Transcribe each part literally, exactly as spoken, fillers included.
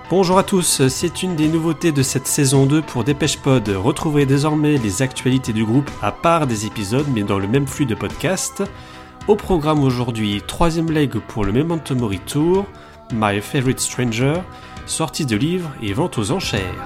Bonjour à tous, c'est une des nouveautés de cette saison deux pour Dépêche-Pod. Retrouvez désormais les actualités du groupe à part des épisodes mais dans le même flux de podcast. Au programme aujourd'hui, troisième leg pour le Memento Mori Tour, My Favorite Stranger, sortie de livres et vente aux enchères.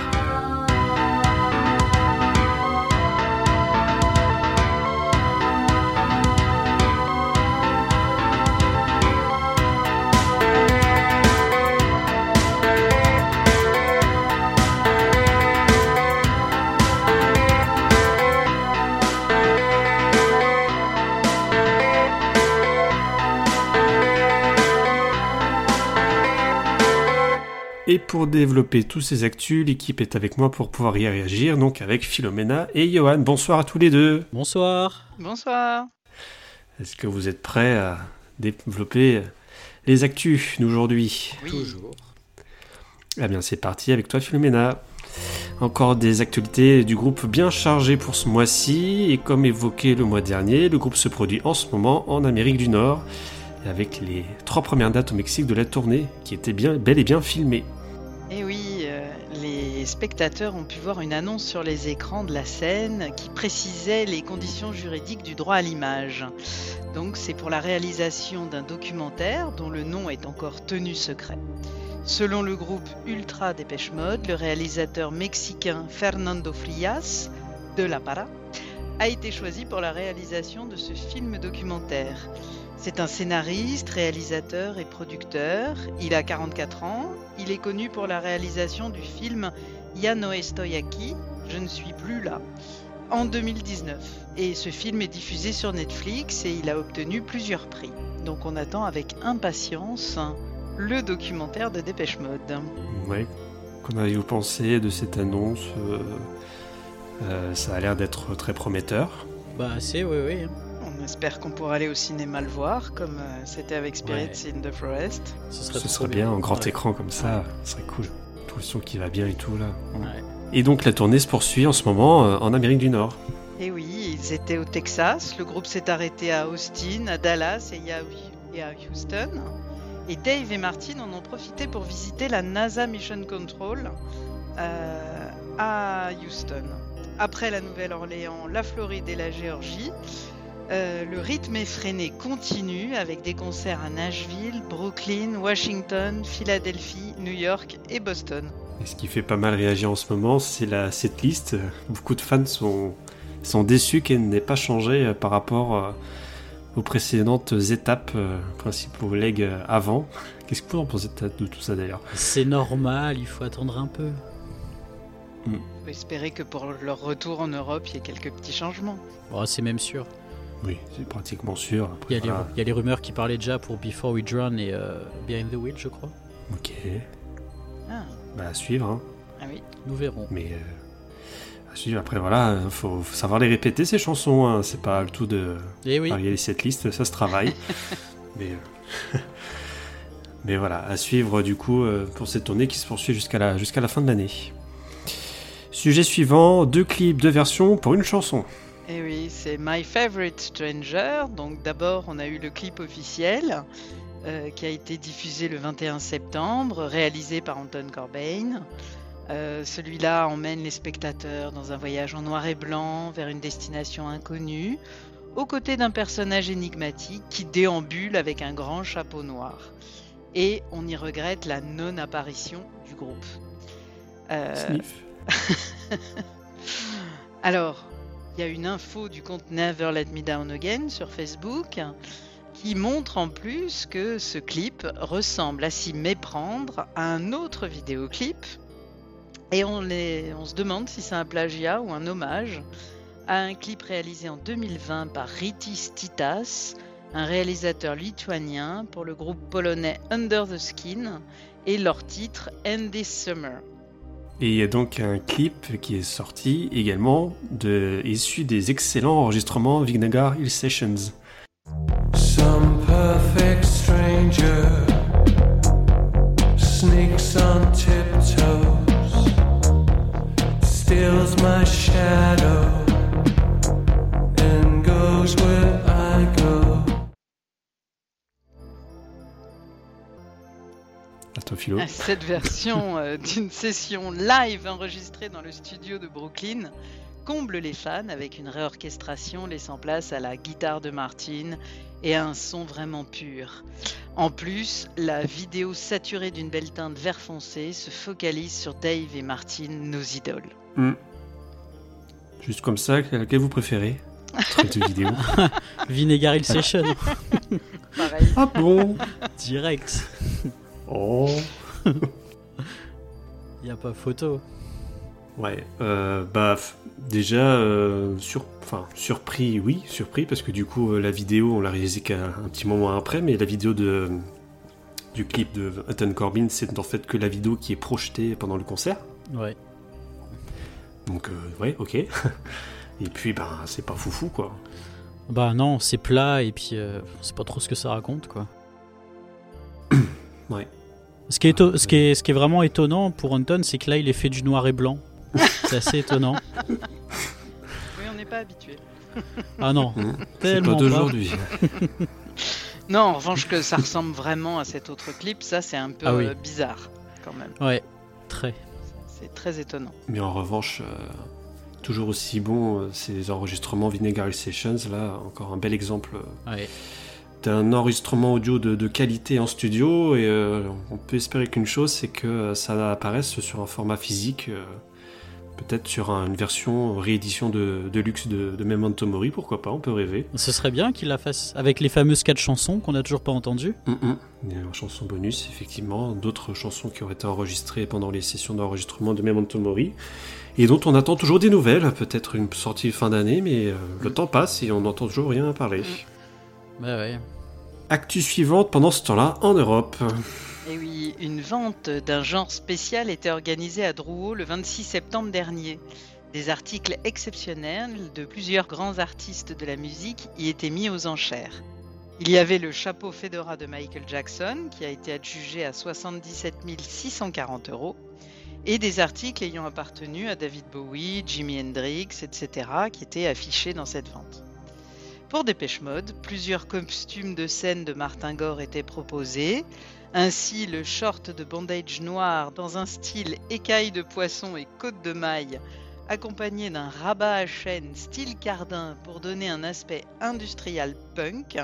Et pour développer tous ces actus, l'équipe est avec moi pour pouvoir y réagir, donc avec Philomena et Johan. Bonsoir à tous les deux. Bonsoir. Bonsoir. Est-ce que vous êtes prêts à développer les actus d'aujourd'hui ? Oui. Toujours. Eh bien c'est parti avec toi Philomena. Encore des actualités du groupe bien chargées pour ce mois-ci, et comme évoqué le mois dernier, le groupe se produit en ce moment en Amérique du Nord, avec les trois premières dates au Mexique de la tournée, qui étaient bien, bel et bien filmées. Et oui, euh, les spectateurs ont pu voir une annonce sur les écrans de la scène qui précisait les conditions juridiques du droit à l'image. Donc c'est pour la réalisation d'un documentaire dont le nom est encore tenu secret. Selon le groupe Ultra Dépêche Mode, le réalisateur mexicain Fernando Frias, de La Para, a été choisi pour la réalisation de ce film documentaire. C'est un scénariste, réalisateur et producteur. Il a quarante-quatre ans. Il est connu pour la réalisation du film Ya no estoy aquí, Je ne suis plus là, en deux mille dix-neuf. Et ce film est diffusé sur Netflix et il a obtenu plusieurs prix. Donc on attend avec impatience le documentaire de Dépêche Mode. Ouais. Qu'en avez-vous pensé de cette annonce ? euh, euh, Ça a l'air d'être très prometteur. Bah c'est, oui, oui. On espère qu'on pourra aller au cinéma le voir, comme euh, c'était avec Spirits Ouais. in the Forest. Ce serait, Ce serait bien, en grand Ouais. écran comme ça, ce serait cool. Tout le son qui va bien et tout là. Ouais. Et donc la tournée se poursuit en ce moment euh, en Amérique du Nord. Et oui, ils étaient au Texas. Le groupe s'est arrêté à Austin, à Dallas et à et à Houston. Et Dave et Martin en ont profité pour visiter la NASA Mission Control euh, à Houston. Après la Nouvelle-Orléans, la Floride et la Géorgie, euh, le rythme effréné continue avec des concerts à Nashville, Brooklyn, Washington, Philadelphie, New York et Boston. Et ce qui fait pas mal réagir en ce moment, c'est la setlist. Beaucoup de fans sont, sont déçus qu'elle n'ait pas changé euh, par rapport euh, aux précédentes étapes, euh, principaux legs euh, avant. Qu'est-ce que vous en pensez de tout ça d'ailleurs ? C'est normal, il faut attendre un peu. On peut espérer que pour leur retour en Europe, il y ait quelques petits changements. Bon, c'est même sûr. Oui, c'est pratiquement sûr. Après, Il y, a les, voilà. il y a les rumeurs qui parlaient déjà pour Before We Drown et euh, Behind the Wheel, je crois. Ok, Ah, bah à suivre. Hein. ah oui. Nous verrons. Mais euh, à suivre. Après voilà, faut, faut savoir les répéter ces chansons. Hein. C'est pas le tout de Et oui. varier les setlists, ça se travaille. mais euh, mais voilà, à suivre du coup euh, pour cette tournée qui se poursuit jusqu'à la jusqu'à la fin de l'année. Sujet suivant, deux clips, deux versions pour une chanson. Et oui, c'est My Favorite Stranger. Donc d'abord, on a eu le clip officiel euh, qui a été diffusé le vingt et un septembre, réalisé par Anton Corbijn. Euh, celui-là emmène les spectateurs dans un voyage en noir et blanc vers une destination inconnue, aux côtés d'un personnage énigmatique qui déambule avec un grand chapeau noir. Et on y regrette la non-apparition du groupe. Euh, Sniff. Alors, il y a une info du compte Never Let Me Down Again sur Facebook qui montre en plus que ce clip ressemble à s'y méprendre à un autre vidéoclip. Et on, les, on se demande si c'est un plagiat ou un hommage à un clip réalisé en deux mille vingt par Rytis Titas, un réalisateur lituanien pour le groupe polonais Under the Skin, et leur titre End This Summer. Et il y a donc un clip qui est sorti également, de, issu des excellents enregistrements Vinegar Hill Sessions. Some perfect stranger sneaks on tiptoes, steals my shadow and goes where I go. toi, Philo. Cette version euh, d'une session live enregistrée dans le studio de Brooklyn comble les fans avec une réorchestration laissant place à la guitare de Martin et à un son vraiment pur. En plus, la vidéo saturée d'une belle teinte vert foncé se focalise sur Dave et Martin, nos idoles. Mm. Juste comme ça, laquelle vous préférez entre les deux vidéos? Vinegar Hill Session. Pareil. Ah bon? Direct. Oh. Y a pas photo. Ouais, euh, bah f- déjà euh, sur, enfin surpris, oui, surpris parce que du coup euh, la vidéo on l'a réalisée qu'un un petit moment après, mais la vidéo de du clip de Hampton Corbin, c'est en fait que la vidéo qui est projetée pendant le concert. Ouais. Donc euh, ouais, ok. Et puis ben c'est pas foufou quoi. Bah non, c'est plat et puis euh, on sait pas trop ce que ça raconte quoi. Ouais. Ce qui est, éto- ce qui est, ce qui est vraiment étonnant pour Anton, c'est que là il est fait du noir et blanc. C'est assez étonnant. Oui, on n'est pas habitué. Ah non, Mmh. C'est tellement pas pas. d'aujourd'hui. Non, en revanche que ça ressemble vraiment à cet autre clip, ça c'est un peu Ah oui. euh, bizarre quand même. Ouais, très. C'est très étonnant. Mais en revanche, euh, toujours aussi bon, euh, ces enregistrements Vinegar Hill Sessions, là encore un bel exemple. euh, Ouais. d'un enregistrement audio de, de qualité en studio et euh, on peut espérer qu'une chose c'est que euh, ça apparaisse sur un format physique, euh, peut-être sur un- une version réédition de, de luxe de, de Memento Mori, pourquoi pas, on peut rêver. Ce serait bien qu'il la fasse avec les fameuses quatre chansons qu'on a toujours pas entendues. Mm-mm. Il y a une chanson bonus effectivement, d'autres chansons qui auraient été enregistrées pendant les sessions d'enregistrement de Memento Mori et dont on attend toujours des nouvelles, peut-être une sortie fin d'année, mais euh, le temps passe et on n'entend toujours rien parler. Bah ouais. Actu suivante pendant ce temps-là en Europe. Et oui, une vente d'un genre spécial était organisée à Drouot le vingt-six septembre dernier. Des articles exceptionnels de plusieurs grands artistes de la musique y étaient mis aux enchères. Il y avait le chapeau Fedora de Michael Jackson qui a été adjugé à soixante-dix-sept mille six cent quarante euros et des articles ayant appartenu à David Bowie, Jimi Hendrix, et cetera qui étaient affichés dans cette vente. Pour Dépêche Mode, plusieurs costumes de scène de Martin Gore étaient proposés. Ainsi, le short de bandage noir dans un style écaille de poisson et côte de maille, accompagné d'un rabat à chaîne style Cardin pour donner un aspect industrial punk,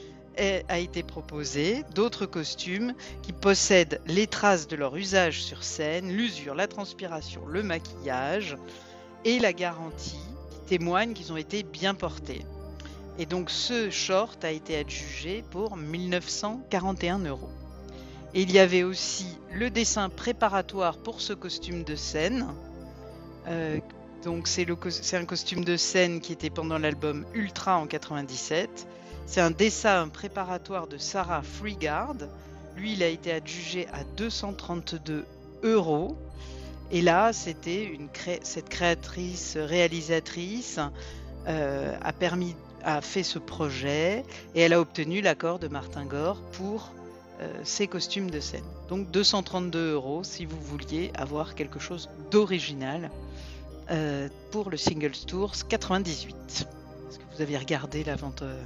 a été proposé. D'autres costumes qui possèdent les traces de leur usage sur scène, l'usure, la transpiration, le maquillage et la garantie qui témoignent qu'ils ont été bien portés. Et donc ce short a été adjugé pour mille neuf cent quarante et un euros. Et il y avait aussi le dessin préparatoire pour ce costume de scène. Euh, donc c'est, le co- c'est un costume de scène qui était pendant l'album Ultra en quatre-vingt-dix-sept. C'est un dessin préparatoire de Sarah Freegard. Lui, il a été adjugé à deux cent trente-deux euros. Et là, c'était une cré- cette créatrice, réalisatrice euh, a permis a fait ce projet et elle a obtenu l'accord de Martin Gore pour euh, ses costumes de scène. Donc deux cent trente-deux euros si vous vouliez avoir quelque chose d'original euh, pour le Singles Tours quatre-vingt-dix-huit. Est-ce que vous avez regardé la vente euh...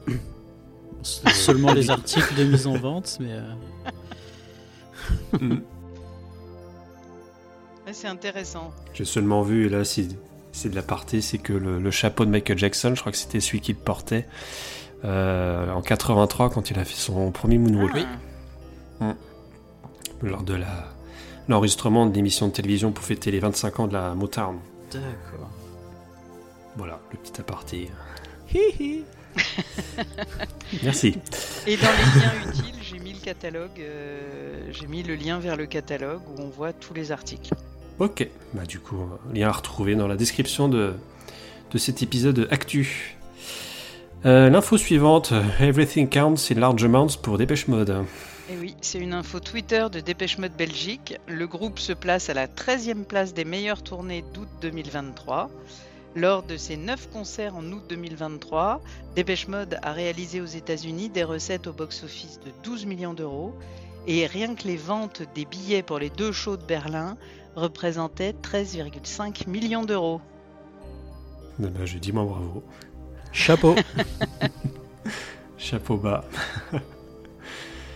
C'est seulement les articles de mise en vente, mais. Euh... Mm. ouais, c'est intéressant. J'ai seulement vu, et là c'est, c'est de l'aparté, c'est que le, le chapeau de Michael Jackson, je crois que c'était celui qu'il portait euh, en quatre-vingt-trois quand il a fait son premier moonwalk. Ah. Mm. Lors de la, l'enregistrement de l'émission de télévision pour fêter les vingt-cinq ans de la Motown. D'accord. Voilà, le petit aparté. Hihi. Merci. Et dans les liens utiles, j'ai mis le catalogue, euh, j'ai mis le lien vers le catalogue où on voit tous les articles. Ok, bah du coup, lien à retrouver dans la description de, de cet épisode Actu. Euh, l'info suivante, Everything Counts in Large Amounts pour Dépêche Mode. Et oui, c'est une info Twitter de Dépêche Mode Belgique. Le groupe se place à la treizième place des meilleures tournées d'août deux mille vingt-trois. Lors de ses neuf concerts en août deux mille vingt-trois, Dépêche Mode a réalisé aux États-Unis des recettes au box-office de douze millions d'euros et rien que les ventes des billets pour les deux shows de Berlin représentaient treize virgule cinq millions d'euros. Eh ben, je dis moi bravo. Chapeau. Chapeau bas.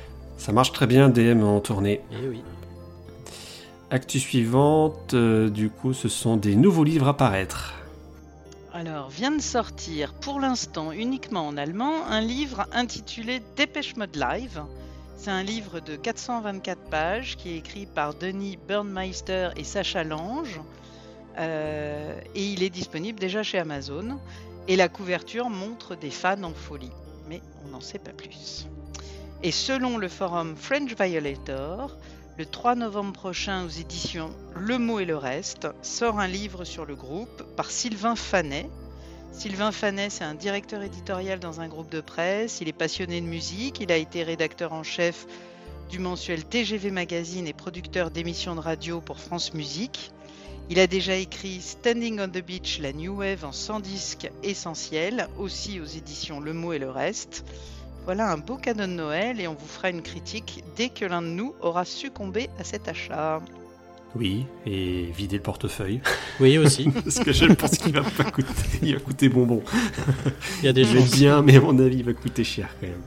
Ça marche très bien, D M en tournée. Eh oui. Actu suivante, euh, du coup, ce sont des nouveaux livres à paraître. Alors, vient de sortir, pour l'instant uniquement en allemand, un livre intitulé Dépêche Mode Live. C'est un livre de quatre cent vingt-quatre pages qui est écrit par Denis Burnmeister et Sacha Lange. Euh, et il est disponible déjà chez Amazon. Et la couverture montre des fans en folie. Mais on n'en sait pas plus. Et selon le forum French Violator, le trois novembre prochain aux éditions Le Mot et le Reste, sort un livre sur le groupe par Sylvain Fanet. Sylvain Fanet, c'est un directeur éditorial dans un groupe de presse. Il est passionné de musique. Il a été rédacteur en chef du mensuel T G V Magazine et producteur d'émissions de radio pour France Musique. Il a déjà écrit Standing on the Beach, la New Wave en cent disques essentiels, aussi aux éditions Le Mot et le Reste. Voilà un beau cadeau de Noël et on vous fera une critique dès que l'un de nous aura succombé à cet achat. Oui, et vider le portefeuille. Oui, aussi. Parce que je pense qu'il va pas coûter, il va coûter bonbon. Il y a des Je jeux vais bien, mais à mon avis, il va coûter cher quand même.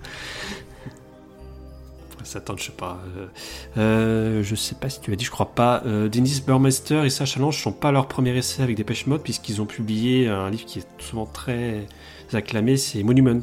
Ça tente, je sais pas. Euh, euh, je sais pas si tu l'as dit, je crois pas. Euh, Denis Burmeister et Sacha Lange ne sont pas leur premier essai avec Dépêche Mode, puisqu'ils ont publié un livre qui est souvent très acclamé, c'est Monument,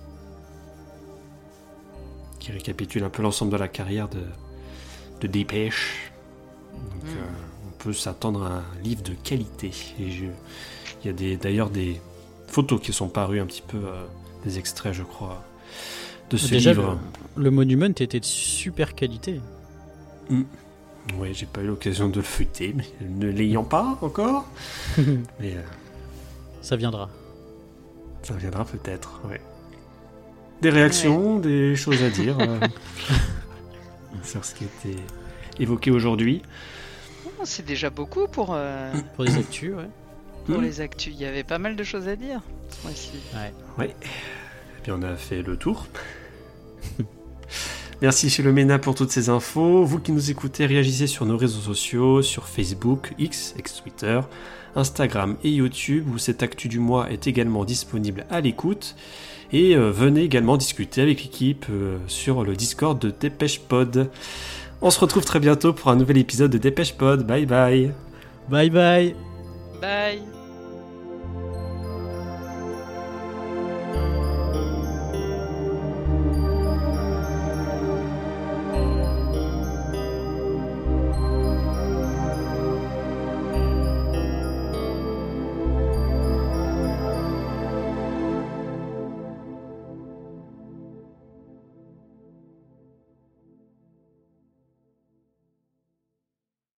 qui récapitule un peu l'ensemble de la carrière de, de Dépêche. Donc, mm. euh, on peut s'attendre à un livre de qualité. Et je, il y a des, d'ailleurs des photos qui sont parues un petit peu, euh, des extraits, je crois, de ce Déjà, livre. Le, le Monument était de super qualité. Mm. Oui, j'ai pas eu l'occasion de le feuilleter, mais ne l'ayant pas encore. mais euh, ça viendra. Ça viendra peut-être, ouais. Des réactions, ouais. Des choses à dire euh, sur ce qui a été évoqué aujourd'hui. Oh, c'est déjà beaucoup pour, euh, pour les actus, ouais. Pour mmh. les actus, il y avait pas mal de choses à dire ce mois-ci. Ouais. Ouais. Et puis on a fait le tour. Merci Philomena pour toutes ces infos. Vous qui nous écoutez, réagissez sur nos réseaux sociaux, sur Facebook, X, ex-Twitter, Instagram et YouTube, où cette actu du mois est également disponible à l'écoute. Et euh, venez également discuter avec l'équipe euh, sur le Discord de Dépêche Pod. On se retrouve très bientôt pour un nouvel épisode de Dépêche Pod. Bye bye. Bye bye. Bye.